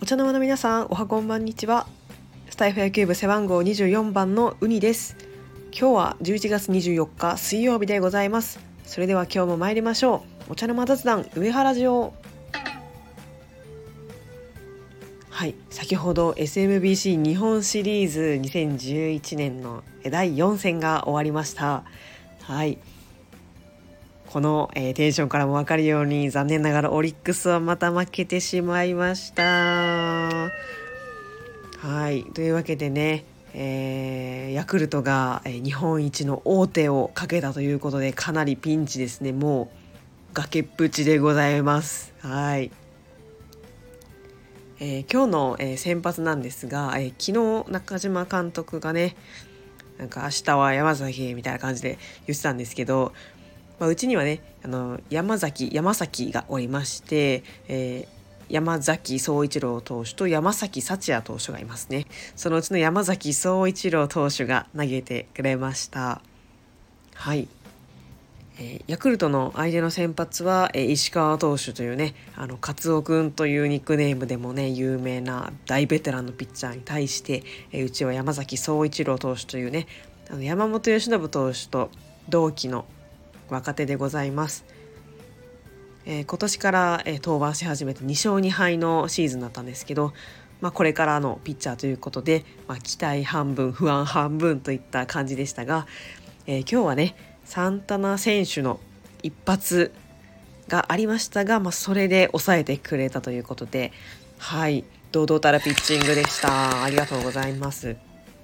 お茶の間の皆さん、おはこんばんにちは。スタイフ野球部背番号24番のウニです。今日は11月24日水曜日でございます。それでは今日も参りましょう。お茶の間雑談上原城。はい、先ほど SMBC 日本シリーズ2011年の第4戦が終わりました。はい、この、テンションからも分かるように残念ながらオリックスはまた負けてしまいました。はい、というわけでね、ヤクルトが日本一の王手をかけたということでかなりピンチですね。もう崖っぷちでございます。はい、今日の、先発なんですが、昨日中島監督がね、なんか明日は山崎みたいな感じで言ってたんですけど、うちにはね山崎がおりまして、山崎総一郎投手と山崎幸也投手がいますね。そのうちの山崎総一郎投手が投げてくれました。はい、ヤクルトの相手の先発は、石川投手というね、カツオくんというニックネームでもね有名な大ベテランのピッチャーに対して、うちは山崎総一郎投手というね山本由伸投手と同期の若手でございます。今年から、登板し始めて2勝2敗のシーズンだったんですけど、これからのピッチャーということで、期待半分不安半分といった感じでしたが、今日はねサンタナ選手の一発がありましたが、それで抑えてくれたということで、はい、堂々たるピッチングでした。ありがとうございます。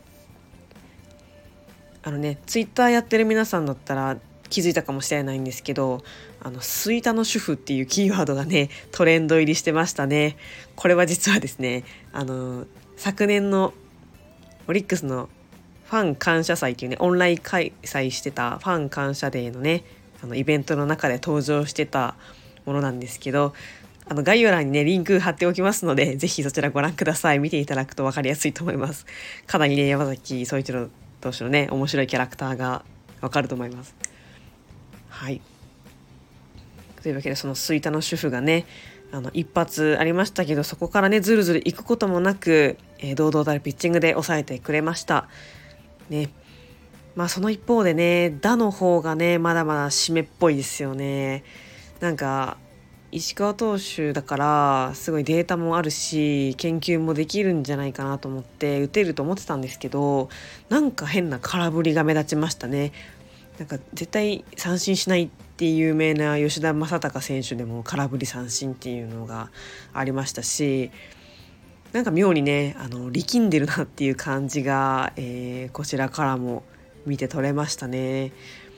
ツイッターやってる皆さんだったら気づいたかもしれないんですけど、スイタの主婦っていうキーワードがねトレンド入りしてましたね。これは実はですね、昨年のオリックスのファン感謝祭っていうねオンライン開催してたファン感謝デーのねイベントの中で登場してたものなんですけど、概要欄にねリンク貼っておきますので、ぜひそちらご覧ください。見ていただくと分かりやすいと思います。かなりね山崎総一郎投手のね面白いキャラクターが分かると思います。はい、というわけでその吹田の主婦がね一発ありましたけど、そこからねずるずるいくこともなく、堂々たるピッチングで抑えてくれましたね。その一方でね打の方がねまだまだ締めっぽいですよね。なんか石川投手だからすごいデータもあるし研究もできるんじゃないかなと思って打てると思ってたんですけど、なんか変な空振りが目立ちましたね。なんか絶対三振しないって有名な吉田正尚選手でも空振り三振っていうのがありましたし、なんか妙にね力んでるなっていう感じが、こちらからも見て取れましたね。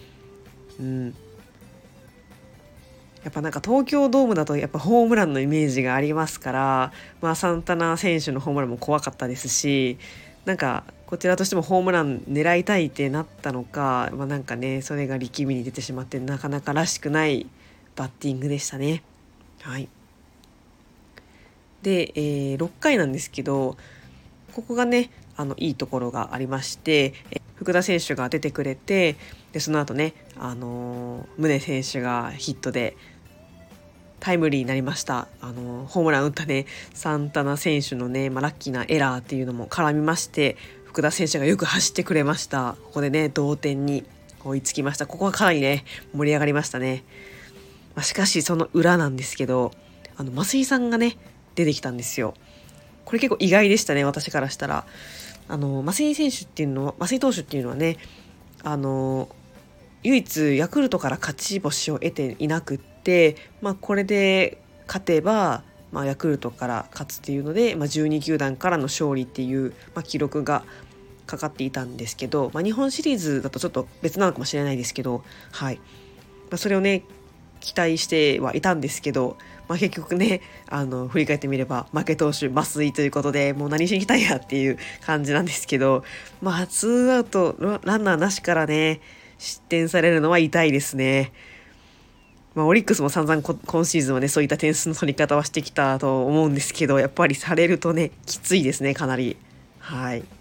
やっぱなんか東京ドームだとやっぱホームランのイメージがありますから、サンタナ選手のホームランも怖かったですし、なんかこちらとしてもホームラン狙いたいってなったのか、なんかねそれが力みに出てしまってなかなからしくないバッティングでしたね。はい、で、6回なんですけど、ここがねいいところがありまして、福田選手が出てくれて、でその後ね、宗選手がヒットでタイムリーになりました。ホームラン打ったねサンタナ選手のね、ラッキーなエラーっていうのも絡みまして、福田選手がよく走ってくれました。ここでね同点に追いつきました。ここはかなりね盛り上がりましたね。しかしその裏なんですけど、増井さんがね出てきたんですよ。これ結構意外でしたね、私からしたら。増井選手っていうのは、増井投手っていうのはね唯一ヤクルトから勝ち星を得ていなくって、これで勝てば、ヤクルトから勝つっていうので、12球団からの勝利っていう、記録がかかっていたんですけど、日本シリーズだとちょっと別なのかもしれないですけど、はい、それをね期待してはいたんですけど、結局ね振り返ってみれば負け投手増井ということで、もう何しに来たんやっていう感じなんですけど、ツーアウトランナーなしからね失点されるのは痛いですね。オリックスも散々今シーズンはねそういった点数の取り方はしてきたと思うんですけど、やっぱりされるとねきついですね、かなり。はい、ち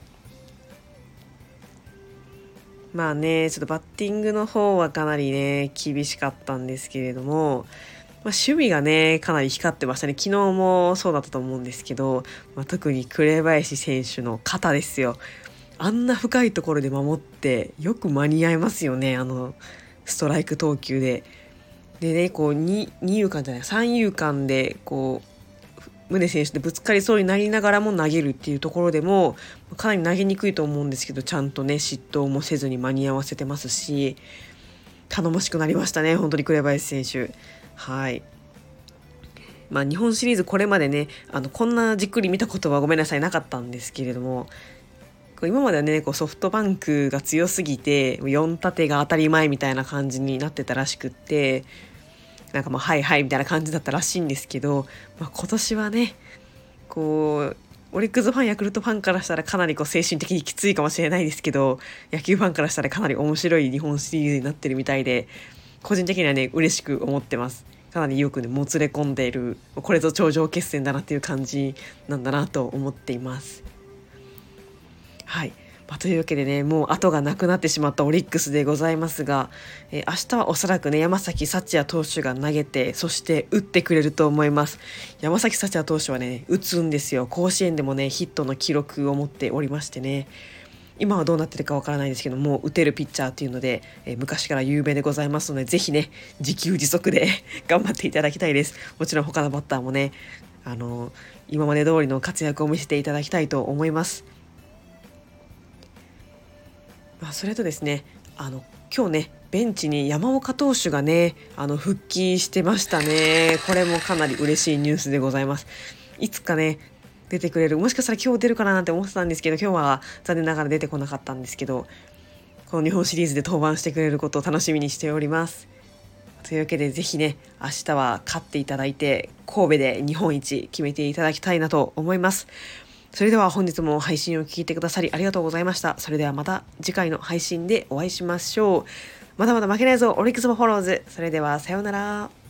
ょっとバッティングの方はかなりね厳しかったんですけれども、 守備がねかなり光ってましたね。昨日もそうだったと思うんですけど、特に紅林選手の肩ですよ。あんな深いところで守ってよく間に合いますよね、ストライク投球で。でね、こう二遊間じゃない三遊間でこう宗選手でぶつかりそうになりながらも投げるっていうところでもかなり投げにくいと思うんですけど、ちゃんとね失投もせずに間に合わせてますし、頼もしくなりましたね、本当に紅林選手。はい。日本シリーズこれまでねこんなじっくり見たことはごめんなさいなかったんですけれども、今まではねこうソフトバンクが強すぎて4立てが当たり前みたいな感じになってたらしくって、なんかはいはいみたいな感じだったらしいんですけど、今年はねこうオリックスファンヤクルトファンからしたらかなりこう精神的にきついかもしれないですけど、野球ファンからしたらかなり面白い日本シリーズになってるみたいで、個人的にはね嬉しく思ってます。かなりよくねもつれ込んでいる、これぞ頂上決戦だなっていう感じなんだなと思っています。はい。というわけでね、もう後がなくなってしまったオリックスでございますが、明日はおそらくね山崎福也投手が投げて、そして打ってくれると思います。山崎福也投手はね打つんですよ。甲子園でもねヒットの記録を持っておりましてね、今はどうなってるかわからないですけども、打てるピッチャーっていうので、昔から有名でございますので、ぜひね自給自足で頑張っていただきたいです。もちろん他のバッターもね今まで通りの活躍を見せていただきたいと思います。それとですね、今日ねベンチに山岡投手がね復帰してましたね。これもかなり嬉しいニュースでございます。いつかね出てくれる、もしかしたら今日出るかななんて思ってたんですけど、今日は残念ながら出てこなかったんですけど、この日本シリーズで登板してくれることを楽しみにしております。というわけでぜひね明日は勝っていただいて神戸で日本一決めていただきたいなと思います。それでは本日も配信を聞いてくださりありがとうございました。それではまた次回の配信でお会いしましょう。まだまだ負けないぞオリックスバファローズ。それではさようなら。